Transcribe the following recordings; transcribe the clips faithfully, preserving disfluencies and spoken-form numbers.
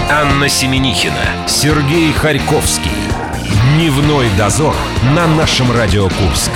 Анна Семенихина, Сергей Харьковский. Дневной дозор на нашем Радио Курск.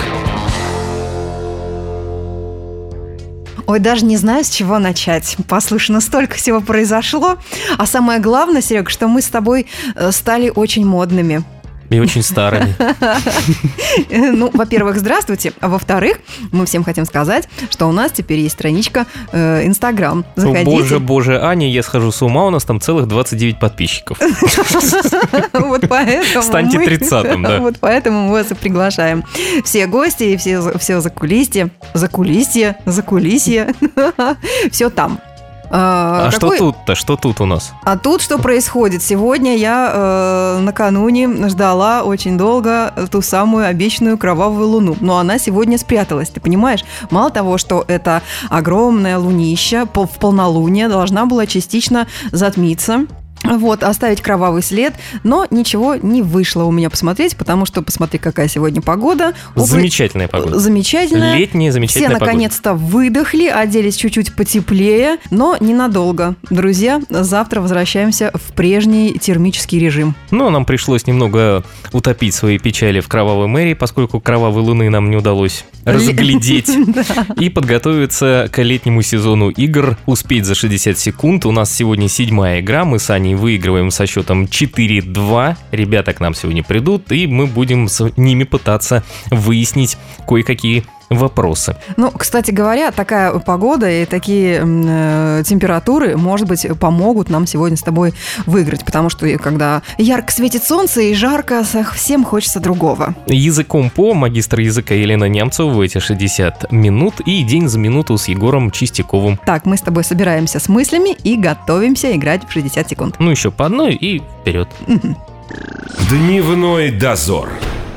Ой, даже не знаю, с чего начать. Послушай, столько всего произошло. А самое главное, Серег, что мы с тобой стали очень модными. И очень старыми. Ну, во-первых, здравствуйте. А во-вторых, мы всем хотим сказать, что у нас теперь есть страничка Инстаграм. Заходите. Боже, боже, Аня, я схожу с ума, у нас там целых двадцать девять подписчиков. Вот поэтому станьте тридцатым, да. Вот поэтому мы вас и приглашаем. Все гости и все, все закулисье, закулисье, закулисье, все там. А, а какой... что тут-то? Что тут у нас? А тут что происходит? Сегодня я э, накануне ждала очень долго ту самую обещанную кровавую луну. Но она сегодня спряталась, ты понимаешь? Мало того, что это огромная лунища в полнолуние должна была частично затмиться. Вот, оставить кровавый след, но ничего не вышло у меня посмотреть, потому что посмотри, какая сегодня погода. Замечательная погода. Замечательная. Летняя замечательная погода. Все погода. наконец-то выдохли, оделись чуть-чуть потеплее, но ненадолго. Друзья, завтра возвращаемся в прежний термический режим. Ну, нам пришлось немного утопить свои печали в кровавой мэрии, поскольку кровавой луны нам не удалось разглядеть. И подготовиться к летнему сезону игр, успеть за шестьдесят секунд. У нас сегодня седьмая игра, мы с Аней выигрываем со счетом четыре-два. Ребята к нам сегодня придут, и мы будем с ними пытаться выяснить кое-какие вопросы. Ну, кстати говоря, такая погода и такие э, температуры, может быть, помогут нам сегодня с тобой выиграть, потому что когда ярко светит солнце и жарко, всем хочется другого. Языком по магистр языка Елена Немцова в эти шестьдесят минут и день за минуту с Егором Чистяковым. Так, мы с тобой собираемся с мыслями и готовимся играть в шестьдесят секунд. Ну, еще по одной и вперед. Дневной дозор.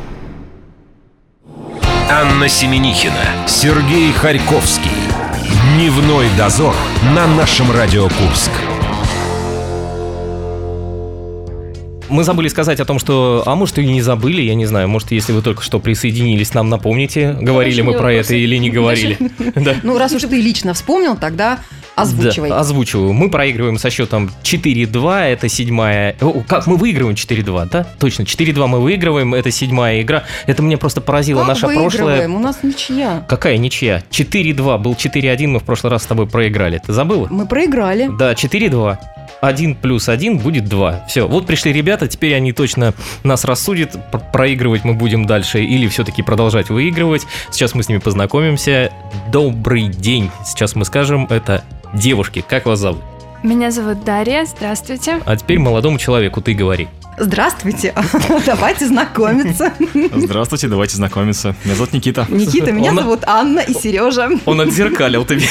Анна Семенихина, Сергей Харьковский. Дневной дозор на нашем Радио Курск. Мы забыли сказать о том, что... А может, и не забыли, я не знаю. Может, если вы только что присоединились, нам напомните, говорили мы про это или не говорили. Ну, раз уж ты лично вспомнил, тогда... Озвучивай. Да, озвучиваю. Мы проигрываем со счетом четыре-два, это седьмая... О, как мы выигрываем четыре-два, да? Точно, четыре-два мы выигрываем, это седьмая игра. Это меня просто поразило. Как Наша выигрываем? прошлая... У нас ничья. Какая ничья? четыре-два, был четыре-один, мы в прошлый раз с тобой проиграли. Ты забыла? Мы проиграли. Да, четыре-два. один плюс один будет два. Все, вот пришли ребята, теперь они точно нас рассудят, проигрывать мы будем дальше или все-таки продолжать выигрывать. Сейчас мы с ними познакомимся. Добрый день. Сейчас мы скажем это... Девушки, как вас зовут? Меня зовут Дарья, здравствуйте. А теперь молодому человеку ты говори. Здравствуйте, давайте знакомиться. Здравствуйте, давайте знакомиться. Меня зовут Никита. Никита, меня Он... зовут Анна и Сережа. Он отзеркалил тебе.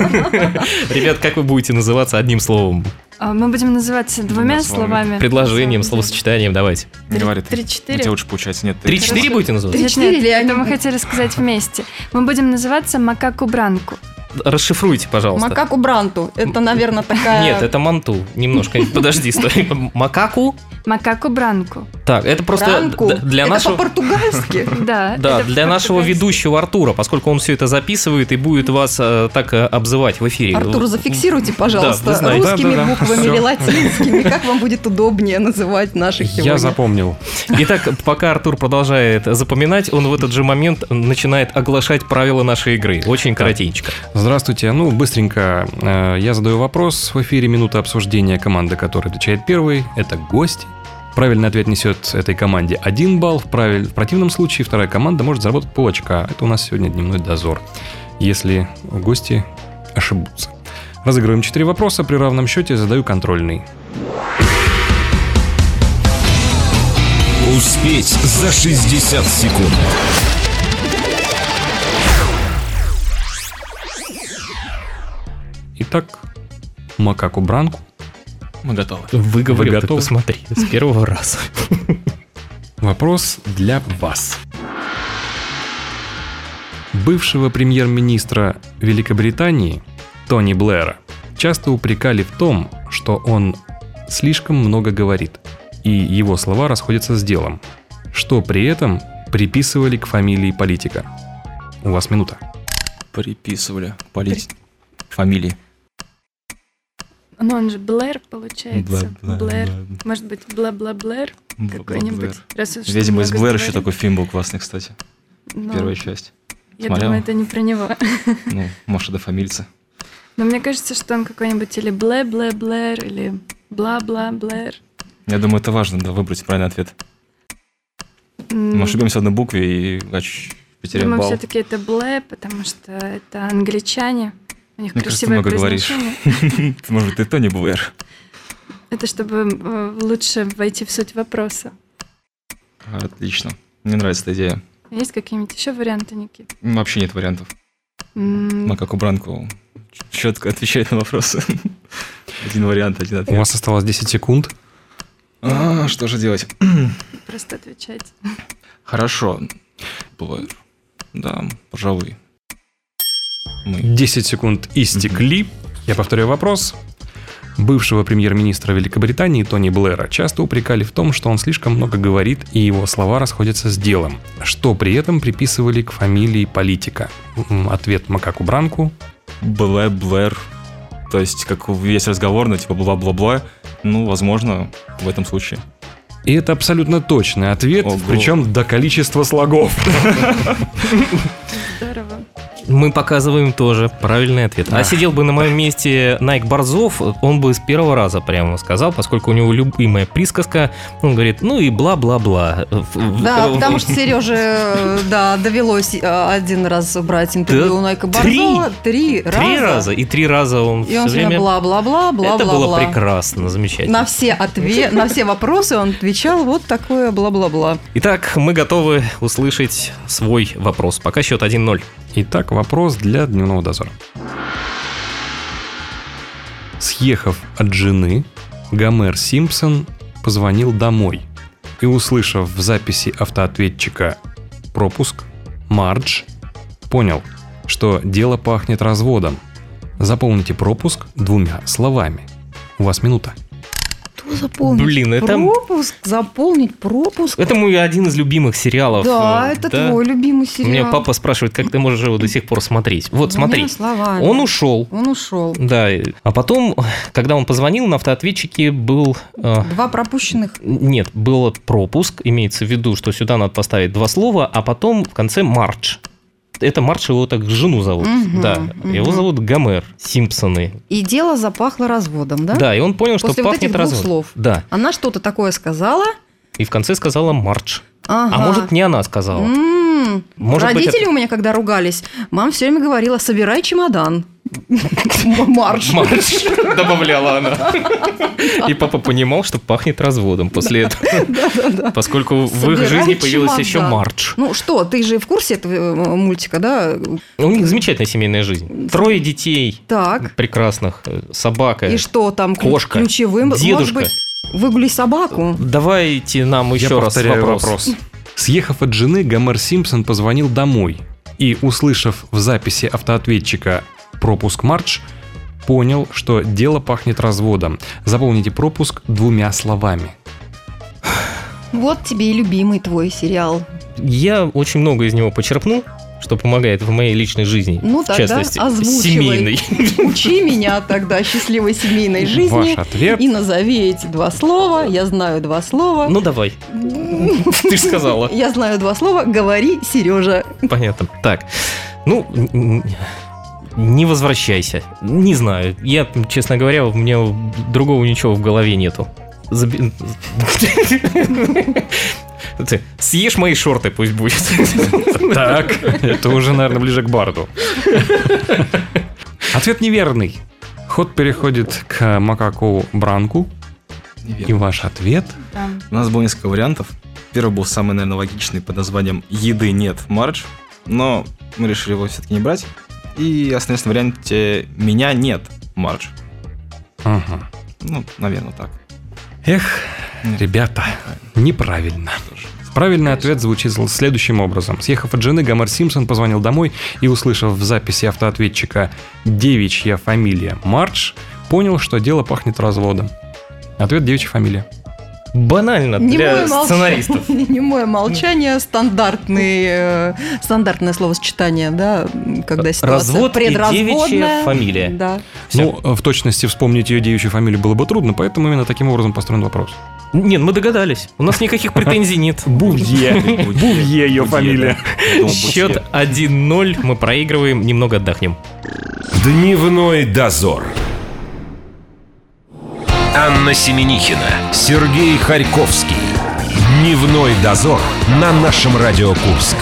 Ребят, как вы будете называться одним словом? Мы будем называться двумя, двумя словами. Предложением, словосочетанием, давайте. Не говори. Три-четыре. У тебя лучше получается, нет. Три-четыре будете называться? Три-четыре или это мы хотели сказать вместе. Мы будем называться Макаку Бранку. Расшифруйте, пожалуйста. Макаку Бранту. Это, наверное, такая... Нет, это манту. Немножко. Подожди, стой. Макаку? Макаку Бранку. Так, это просто Бранку. для это нашего... Это по-португальски. Да. Да, для нашего ведущего Артура, поскольку он все это записывает и будет вас э, так э, обзывать в эфире. Артур, зафиксируйте, пожалуйста, да, русскими да, да, буквами да. или латинскими. Как вам будет удобнее называть наших сегодня? Я запомнил. Итак, пока Артур продолжает запоминать, он в этот же момент начинает оглашать правила нашей игры. Очень коротенько. Здравствуйте. Ну, быстренько я задаю вопрос. В эфире минута обсуждения. Команда, которая отвечает первой, это гость. Правильный ответ несет этой команде один балл. В, правиль... в противном случае вторая команда может заработать полочка. Это у нас сегодня дневной дозор, если гости ошибутся. Разыгрываем четыре вопроса. При равном счете задаю контрольный. Успеть за шестьдесят секунд. Итак, Макаку Бранку. Мы готовы. Выговорил, Вы готовы? Ты посмотри, с первого раза. Вопрос для вас. Бывшего премьер-министра Великобритании Тони Блэра часто упрекали в том, что он слишком много говорит, и его слова расходятся с делом, что при этом приписывали к фамилии политика. У вас минута. Приписывали к полит... фамилии. Ну, он же Блэр, получается. Бла- бла- Блэр. бла- Может быть, бла-бла-блэр Бла- какой-нибудь. Блэр. Раз уж Видимо, из много Блэр еще говорим. такой фильм был классный, кстати. Но Первая часть. Я Смотрела? думаю, это не про него. Ну, Маша да фамильца. Но мне кажется, что он какой-нибудь или блэ-блэ-блэр, или бла-бла-блэр. Я думаю, это важно, да, выбрать правильный ответ. М, Мы ошибемся в одной букве и ач, потеряем Думаю, балл. все-таки это блэ, потому что это англичане. У них Мне кажется, ты красивое много говоришь. произношение. Может, ты Тони Блэр? Это чтобы э, лучше войти в суть вопроса. Отлично. Мне нравится эта идея. Есть какие-нибудь еще варианты, Никит? Вообще нет вариантов. М, Макаку Бранку четко отвечает на вопросы. Один вариант, один У ответ. вас осталось десять секунд. А, что же делать? Просто отвечайте. Хорошо. Блэр. Да, пожалуй. Мы. десять секунд истекли. Я повторяю вопрос. Бывшего премьер-министра Великобритании Тони Блэра часто упрекали в том, что он слишком много говорит, и его слова расходятся с делом, что при этом приписывали к фамилии политика. М, Ответ Макаку Бранку. Блэ, Блэр. То есть, как весь разговор, ну, типа, бла-бла-бла. Ну, возможно, в этом случае. И это абсолютно точный ответ, Ого. причем до количества слогов. Здорово. Мы показываем тоже правильный ответ. А сидел бы на моем месте Найк Борзов, он бы с первого раза прямо сказал, поскольку у него любимая присказка, он говорит, ну и бла-бла-бла. Да, потому что Сереже, да, довелось э, один раз брать интервью Да, у Найка три. Борзова. Три раза. Три раза, и три раза он И он все все время время... бла-бла-бла, бла-бла-бла. Это было прекрасно, замечательно. На все, отве... на все вопросы он отвечал вот такое бла-бла-бла. Итак, мы готовы услышать свой вопрос. Пока счет один ноль. Итак, вопрос для дневного дозора. Съехав от жены, Гомер Симпсон позвонил домой и, услышав в записи автоответчика пропуск «Мардж», понял, что дело пахнет разводом. Заполните пропуск двумя словами. У вас минута. Что заполнить? Блин, это- Пропуск, заполнить пропуск. Это мой один из любимых сериалов. Да, э, это твой любимый сериал. У меня папа спрашивает, как ты можешь его до сих пор смотреть. Вот, Двумя смотри. словами. Он ушел. Он ушел. Да, а потом, когда он позвонил, на автоответчике был... э, Два пропущенных. Нет, был пропуск, имеется в виду, что сюда надо поставить два слова, а потом в конце Мардж. Это Мардж, его так жену зовут. Мгм, Да, мгм. его зовут Гомер Симпсоны. И дело запахло разводом, да? Да, и он понял, что После вот пахнет этих двух разводом. слов. Да, Она что-то такое сказала. и в конце сказала Мардж. Ага. А может, не она сказала. М, Может быть, Родители это- у меня, когда ругались, мама все время говорила: собирай чемодан. Марш. Мардж, добавляла она. И папа понимал, что пахнет разводом после этого. Поскольку в их Собирай жизни появилась чемодан. еще Мардж. Ну что, ты же в курсе этого э, мультика, да? У них замечательная семейная жизнь. Трое детей Так. прекрасных, э, собака. И что там ключ- Кошка, ключевым? Может дедушка. быть, выгули собаку? Давайте нам еще Я раз повторяю вопрос. вопрос. Съехав от жены, Гомер Симпсон позвонил домой и, услышав в записи автоответчика пропуск Мардж, понял, что дело пахнет разводом. Заполните пропуск двумя словами. Вот тебе и любимый твой сериал. Я очень много из него почерпнул, что помогает в моей личной жизни. Ну, в тогда частности, озвучивай. семейной. Учи меня тогда счастливой семейной жизни. Ваш ответ. И назови эти два слова. Я знаю два слова. Ну, давай. Ты же сказала. Я знаю два слова. Говори, Сережа. Понятно. Так, ну, н- н- не возвращайся. Не знаю. Я, честно говоря, у меня другого ничего в голове нету. Заби- Ты съешь мои шорты, пусть будет. Так, это уже, наверное, ближе к Барду. Ответ неверный. Ход переходит к Макаку Бранку. И ваш ответ? Да. У нас было несколько вариантов. Первый был самый, наверное, логичный под названием «Еды нет, Мардж», но мы решили его все-таки не брать. И остались на варианте «Меня нет, Мардж». Ага. Ну, наверное, так. Эх, ребята, неправильно. Правильный ответ звучит следующим образом. Съехав от жены, Гомер Симпсон позвонил домой и, услышав в записи автоответчика «девичья фамилия Мардж», понял, что дело пахнет разводом. Ответ — девичья фамилия. Банально для сценаристов. Немое молчание, стандартный, э, стандартное словосочетание, да, когда ситуация Развод и предразводная. девичья фамилия. Да. Ну, в точности вспомнить ее девичью фамилию было бы трудно, поэтому именно таким образом построен вопрос. Нет, мы догадались. У нас никаких претензий нет. Бувье. Бувье ее фамилия. Счет один ноль. Мы проигрываем, немного отдохнем. Дневной дозор. Анна Семенихина, Сергей Харьковский. Дневной дозор на нашем Радио Курск.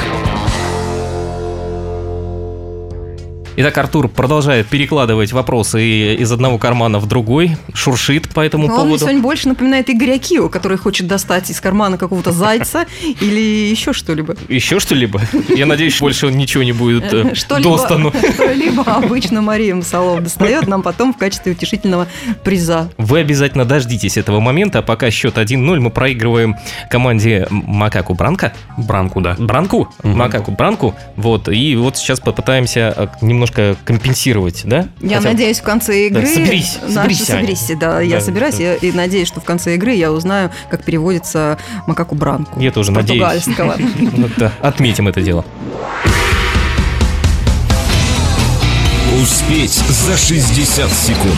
Итак, Артур продолжает перекладывать вопросы из одного кармана в другой, шуршит по этому Но он мне поводу. сегодня больше напоминает Игоря Кио, который хочет достать из кармана какого-то зайца или еще что-либо. Еще что-либо? Я надеюсь, больше он ничего не будет э, достану. Что-либо обычно Мария Масалова достает нам потом в качестве утешительного приза. Вы обязательно дождитесь этого момента, а пока счет один ноль мы проигрываем команде Макаку Бранко. Бранку, да. Бранку? Мгм. Макаку Бранку. Вот, и вот сейчас попытаемся немножко компенсировать, да? Я Хотя- надеюсь, в конце игры... Да, соберись, наши- соберись, Аня. соберись, да, я Да, собираюсь, да. я- и надеюсь, что в конце игры я узнаю, как переводится Макаку Бранку. Я тоже с надеюсь. португальского. Вот, да, отметим это дело. Успеть за шестьдесят секунд.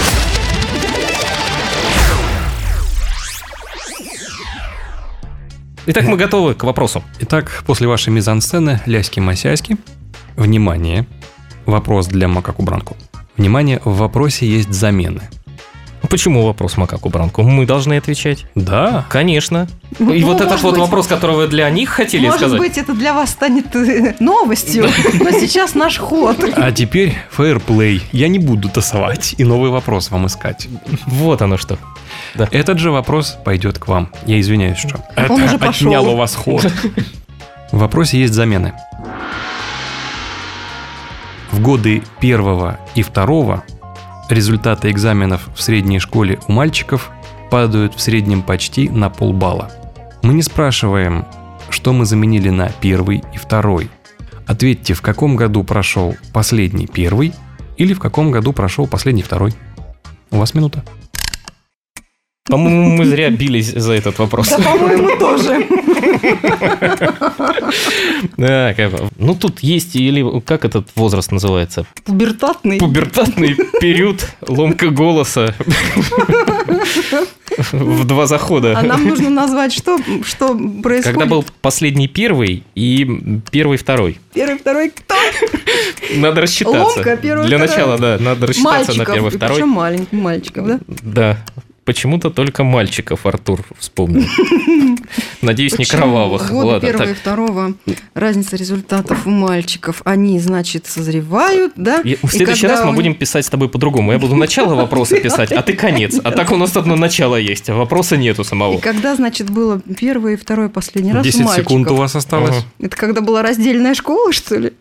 Итак, мы готовы к вопросу. Итак, после вашей мизансцены ляськи-масяськи, внимание, вопрос для Макаку Бранку. Внимание, в вопросе есть замены. Почему вопрос Макаку Бранку? Мы должны отвечать. Да. Конечно. Ну, И вот этот может вот быть- вопрос, который вы для них хотели Может сказать. быть, это для вас станет э, новостью, но сейчас наш ход. А теперь фейерплей. Я не буду тасовать и новый вопрос вам искать. Вот оно что. Этот же вопрос пойдет к вам. Я извиняюсь, что Он это уже пошел. отнял у вас ход. В вопросе есть замены. В годы первого и второго результаты экзаменов в средней школе у мальчиков падают в среднем почти на полбалла. Мы не спрашиваем, что мы заменили на первый и второй. Ответьте, в каком году прошел последний первый или в каком году прошел последний второй. У вас минута. По-моему, мы зря бились за этот вопрос. Да, по-моему, тоже. Да, как бы. Ну, тут есть, или как этот возраст называется? Пубертатный. Пубертатный период, ломка голоса в два захода. А нам нужно назвать, что, что происходит. Когда был последний первый и первый второй. Первый, второй, кто? Надо рассчитаться. Ломка, первый, Для второй. начала, да, надо рассчитаться Мальчиков. на первый, И второй. причем маленьких мальчиков, да? Да. Почему-то только мальчиков Артур вспомнил. Надеюсь, не Почему? кровавых. Года Ладно, первого и так. второго разница результатов у мальчиков. Они, значит, созревают, да? И в И следующий когда раз мы у будем них- писать с тобой по-другому. Я буду начало вопроса писать, а ты конец. А так у нас одно начало есть, а вопроса нету И самого. когда, значит, было первое и второе последний раз у десять мальчиков? секунд у вас осталось. Ага. Это когда была раздельная школа, что ли?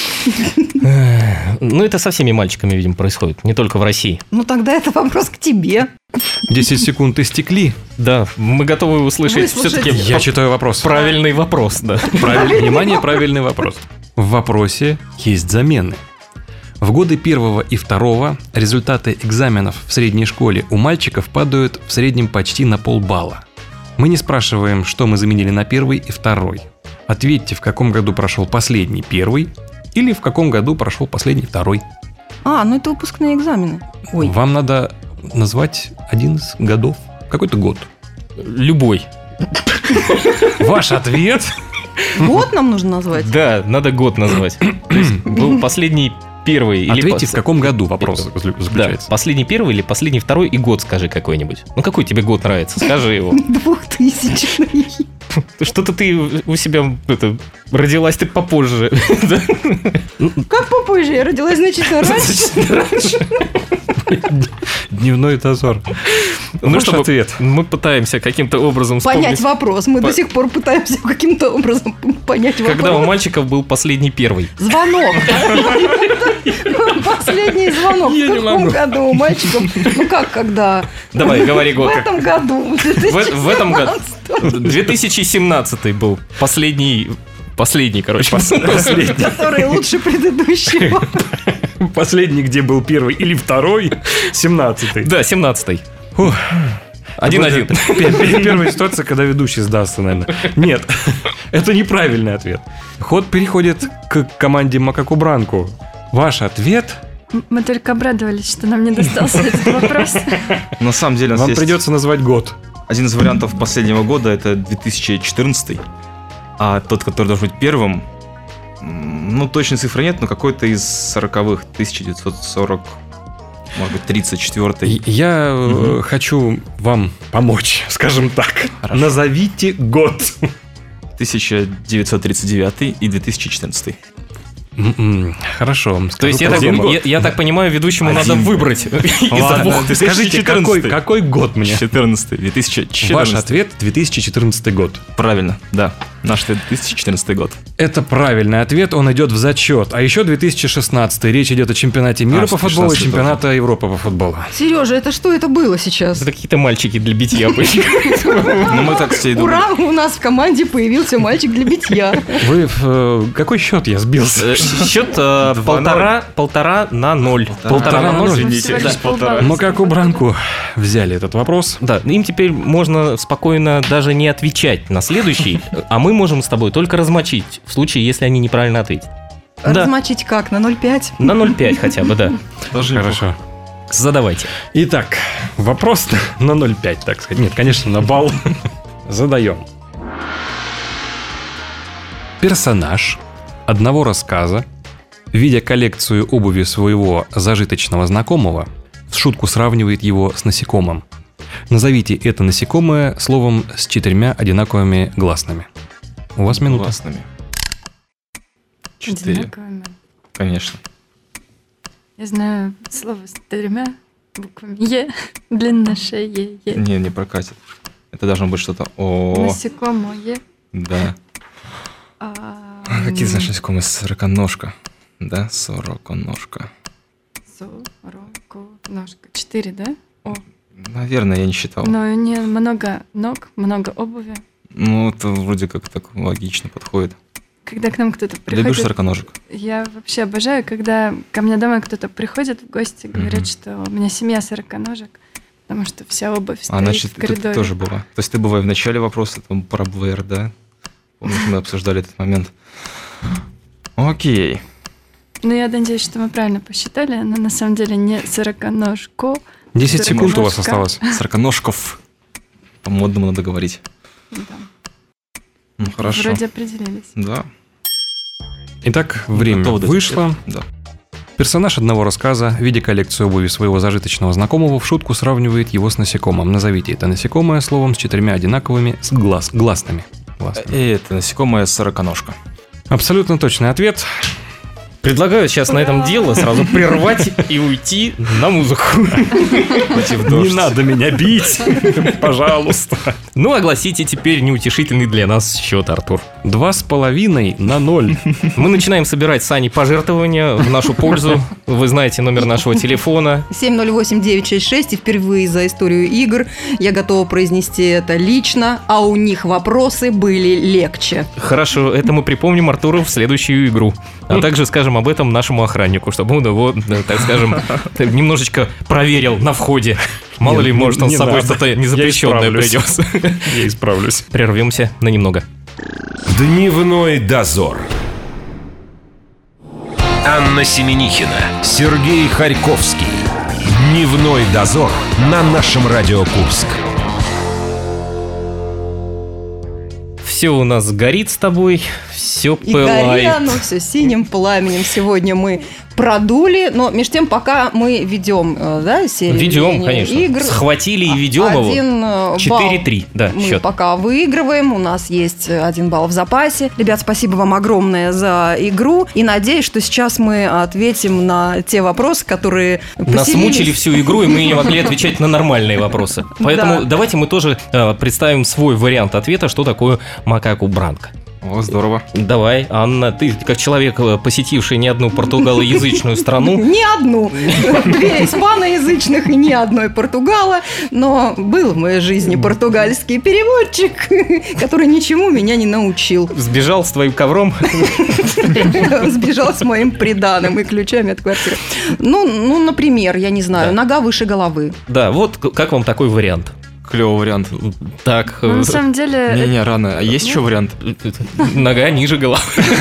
Ну, это со всеми мальчиками, видимо, происходит. Не только в России. Ну, тогда это вопрос к тебе. десять секунд истекли. Да, мы готовы услышать Выслушать. все-таки Я читаю вопрос. правильный вопрос, да. Правильно, внимание, правильный вопрос. В вопросе есть замены. В годы первого и второго результаты экзаменов в средней школе у мальчиков падают в среднем почти на полбалла. Мы не спрашиваем, что мы заменили на первый и второй. Ответьте, в каком году прошел последний первый или в каком году прошел последний второй. А, ну это выпускные экзамены. Ой, Вам надо назвать один из годов. Какой-то год. Любой. Ваш ответ? год нам нужно назвать? Да, надо год назвать. То есть был последний первый или... Ответьте, пос- в каком году вопрос Да, заключается. последний первый или последний второй и год скажи какой-нибудь. Ну, какой тебе год нравится? Скажи его. Двухтысячный. Что-то ты у себя это, родилась ты попозже. Да? Как попозже? Я родилась значительно раньше. Дневной дозор. Ну, Ваш чтобы ответ. мы пытаемся каким-то образом Понять вспомнить, вопрос. Мы По- до сих пор пытаемся каким-то образом понять когда у вопрос. мальчиков был последний первый. Звонок. Последний звонок. Я В не каком могу. году у мальчиков? Ну как, когда? Давай, говори В год. как- этом году. В, в этом году. две тысячи семнадцатый был последний, последний, короче. Последний. Который лучше предыдущего. Последний, где был первый или второй, семнадцатый. Да, семнадцатый. Один-один. Первая ситуация, когда ведущий сдастся, наверное. Нет, это неправильный ответ. Ход переходит к команде Макаку Бранку. Ваш ответ... Мы только обрадовались, что нам не достался этот вопрос. На самом деле у нас Вам есть придется назвать год. один из вариантов последнего года, это две тысячи четырнадцатый, а тот, который должен быть первым, м, ну, точной цифры нет, но какой-то из сороковых, тысяча девятьсот сорок, может быть, тридцать четвёртый. Я э, хочу вам помочь, скажем так. Назовите год. тысяча девятьсот тридцать девятый и две тысячи четырнадцатый. М-м, Хорошо. То есть, я так, Один год. я, я так понимаю, ведущему Один надо год. выбрать из Ладно, двух. ты Скажите, какой, какой год мне? четырнадцатый, две тысячи четырнадцатый. Ваш ответ две тысячи четырнадцатый год. Правильно, да. Наш ответ две тысячи четырнадцатый год. Это правильный ответ, он идет в зачет. А еще две тысячи шестнадцатый. Речь идет о чемпионате мира А, по футболу и шестнадцатый чемпионата Европы по футболу. Сережа, это что это было сейчас? Это какие-то мальчики для битья были. Ну, мы так все и думали. Ура, у нас в команде появился мальчик для битья. Вы в... э, Какой счет я сбился? Э, Счет э, полтора, полтора на ноль. Полтора на ноль. Извините, Всего лишь да. полбалла. Ну, как у Бранку взяли этот вопрос. Да, им теперь можно спокойно даже не отвечать на следующий, а мы можем с тобой только размочить, в случае, если они неправильно ответят. Да, Размочить как? На ноль пять? на ноль пять хотя бы, да. Хорошо. Задавайте. Итак, вопрос на ноль пять, так сказать. Нет, конечно, на балл. Задаем. Персонаж одного рассказа, видя коллекцию обуви своего зажиточного знакомого, в шутку сравнивает его с насекомым. Назовите это насекомое словом с четырьмя одинаковыми гласными. У вас минута. Классными. Четыре, Одинаковыми. конечно. Я знаю слово с тремя буквами Е, длинная шея Е. Не, не прокатит. Это должно быть что-то о. Насекомое. Да. А, А какие ты знаешь насекомые? Сороконожка. Да, сороконожка. Сороку, ножка. Четыре, да? О. Наверное, я не считал. Но не много ног, много обуви. Ну, это вроде как так логично подходит. Когда к нам кто-то Любишь приходит, сороконожек? я вообще обожаю, когда ко мне домой кто-то приходит в гости, говорит, Мгм. что у меня семья сороконожек, потому что вся обувь стоит А, значит, в ты коридоре. тоже была. То есть ты была в начале вопроса, там, про Блэр, да? Помнишь, мы обсуждали этот момент. Окей. Ну, я надеюсь, что мы правильно посчитали, но на самом деле не сороконожко. десять секунд у вас Сороконожка. осталось. Сороконожков. По-модному надо говорить. Да. Ну, хорошо. Вроде определились. Да. Итак, время Готов дать вышло. ответ? Да. Персонаж одного рассказа, видя коллекцию обуви своего зажиточного знакомого, в шутку сравнивает его с насекомым. Назовите это насекомое словом с четырьмя одинаковыми с глаз, гласными. Гласными. И это насекомое сороконожка. Абсолютно точный ответ. Предлагаю сейчас на этом дело сразу прервать и уйти на музыку. Не надо меня бить, пожалуйста. Ну, огласите теперь неутешительный для нас счет, Артур. Два с половиной на ноль. Мы начинаем собирать с Аней пожертвования в нашу пользу. Вы знаете номер нашего телефона. семь ноль восемь девять шесть шесть, и впервые за историю игр я готова произнести это лично, а у них вопросы были легче. Хорошо, это мы припомним Артуру в следующую игру. А также скажем об этом нашему охраннику, чтобы он его, э, так скажем, немножечко проверил на входе. Мало Не, ли, может, он не с собой надо. что-то Я незапрещенное исправлюсь. принес. Я исправлюсь. Прервемся на немного. Дневной дозор. Анна Семенихина, Сергей Харьковский. Дневной дозор на нашем Радио Курск. Все у нас горит с тобой, все И горит пылает. оно все синим пламенем. Сегодня мы продули, но между тем, пока мы ведем, э, да, серию Ведем, ведения конечно. игр, Схватили и ведем его. один э, четыре-три, балл да, мы счет. пока выигрываем, у нас есть один балл в запасе. Ребят, спасибо вам огромное за игру, и надеюсь, что сейчас мы ответим на те вопросы, которые Нас поселились. мучили всю игру, и мы не могли отвечать на нормальные вопросы. Поэтому Да. давайте мы тоже э, представим свой вариант ответа, что такое макаку бранко. О, здорово. Давай, Анна, ты как человек, э, посетивший не одну португалоязычную страну, Ни одну. Две испаноязычных и ни одной португала. Но был в моей жизни португальский переводчик, который ничему меня не научил. сбежал с твоим ковром. Он сбежал с моим приданым и ключами от квартиры. Ну, ну, например, я не знаю, Да. нога выше головы. Да, вот к- как вам такой вариант? клевый вариант. Так, Ну, на самом деле, Не-не, рано. А есть еще вариант? нога ниже головы.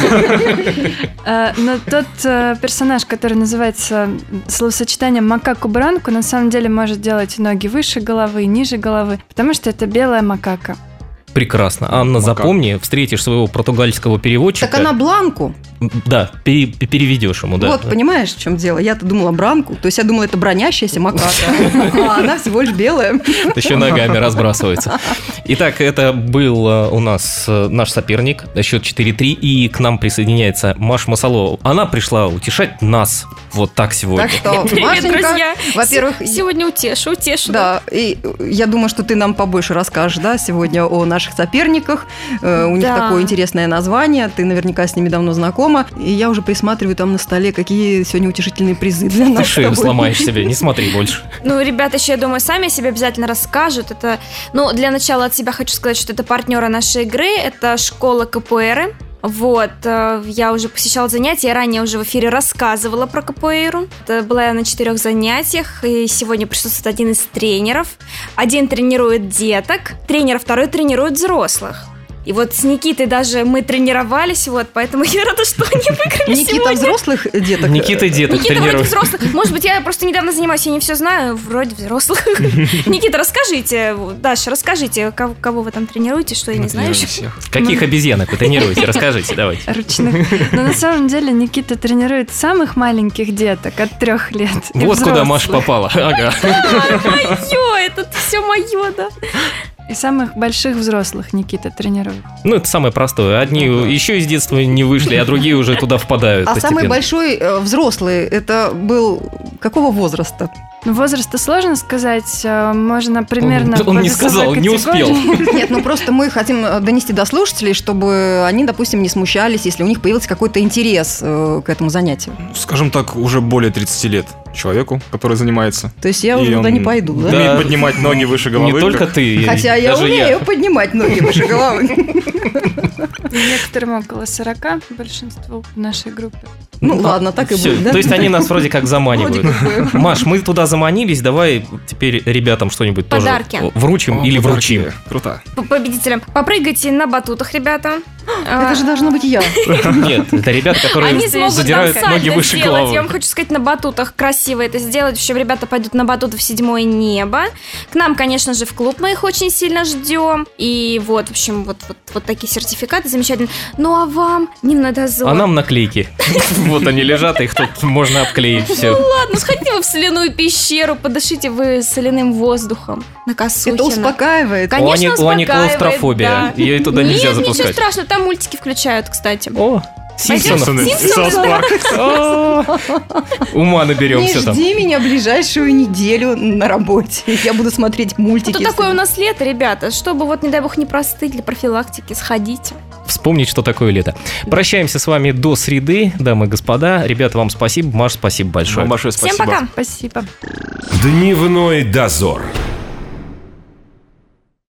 э, но тот э, персонаж, который называется словосочетанием макаку-бранку, на самом деле может делать ноги выше головы и ниже головы, потому что это белая макака. Прекрасно. Анна, Макак. запомни, встретишь своего португальского переводчика. Так она бланку. Да, пере- переведешь ему, да. Вот, понимаешь, в чем дело? Я-то думала бранку. То есть я думала, это бронящаяся макака. А она всего лишь белая. Еще ногами разбрасывается. Итак, это был э, у нас э, наш соперник, счет четыре три, и к нам присоединяется Маша Масалова. Она пришла утешать нас вот так сегодня. Так что, Привет, Машенька, друзья. во-первых, С- Сегодня утешу, утешу. да, и я думаю, что ты нам побольше расскажешь, да, сегодня о наших соперниках. Э, У них Да. такое интересное название, ты наверняка с ними давно знакома. И я уже присматриваю там на столе, какие сегодня утешительные призы для Ты нас. с шею тобой. сломаешь себе, не смотри больше. Ну, ребята еще, я думаю, сами о себе обязательно расскажут. Это, ну, для начала от себя хочу сказать, что это партнеры нашей игры, это школа КПР. Вот, э, я уже посещала занятия, я ранее уже в эфире рассказывала про КПР. Это была я на четырех занятиях, и сегодня присутствует один из тренеров. Один тренирует деток, тренер второй тренирует взрослых. И вот с Никитой даже мы тренировались, вот, поэтому я рада, что они выиграли Никита сегодня. взрослых деток. Никита деток Никита вроде тренирует. взрослых. Может быть, я просто недавно занимаюсь, я не все знаю, вроде взрослых. Никита, расскажите, Даша, расскажите, кого, кого вы там тренируете, что я не знаю еще. Всех. Каких обезьянок вы тренируете? Расскажите, давайте. Ручных. Но на самом деле Никита тренирует самых маленьких деток от трех лет. и Вот куда взрослых. Маша попала. Ага. Мое, это все мое, да. И самых больших взрослых Никита тренирует. Ну, это самое простое. Одни еще из детства не вышли, а другие уже туда впадают. А самый постепенно. большой э, взрослый, это был какого возраста? Ну, возраста сложно сказать, э, можно примерно... Он по не весовой сказал, не успел. категории. Нет, ну просто мы хотим э, донести до слушателей, чтобы они, допустим, не смущались, если у них появился какой-то интерес э, к этому занятию. Скажем так, уже более тридцати лет человеку, который занимается. То есть я И уже туда он не пойду, да? Да. Умеет поднимать ноги выше головы. Не только ты, Хотя я даже умею поднимать ноги выше головы. Некоторым около сорока, большинству в нашей группе. Ну ладно, так и Всё, будет, да? То есть они нас вроде как заманивают. Вроде как бы. Маш, мы туда заманились, давай теперь ребятам что-нибудь Подарки. тоже вручим О, или подарки. вручим. Круто. П- Победителям. Попрыгайте на батутах, ребята. Это же должно быть я. Нет, это ребята, которые Они смогут задирают там ноги сальто выше сделать. Я вам головы. хочу сказать, на батутах красиво это сделать. Еще ребята пойдут на батуты в седьмое небо. К нам, конечно же, в клуб мы их очень сильно ждем. И вот, в общем, вот, вот, вот такие сертификаты замечательные. Ну а вам, дневной дозор. А нам наклейки. Вот они лежат, их тут можно обклеить, Ну все. ладно, сходите вы в соляную пещеру, подышите вы соляным воздухом на Косухина. Это успокаивает. Конечно, У Ани- у Ани успокаивает, клаустрофобия. да. Ее туда Нет, нельзя ничего запускать. страшного, там мультики включают, кстати. О, Симпсонов. Симпсоны. Саус Парк. О, Ума Не наберемся там. жди меня ближайшую неделю на работе. Я буду смотреть мультики. Ну, тут такое у нас лето, ребята. Чтобы, вот, не дай бог, не простыть, для профилактики сходите. Вспомнить, что такое лето. Прощаемся с вами до среды, дамы и господа. Ребята, вам спасибо. Маш, спасибо большое. Вам большое Всем спасибо. пока. Спасибо. Дневной дозор.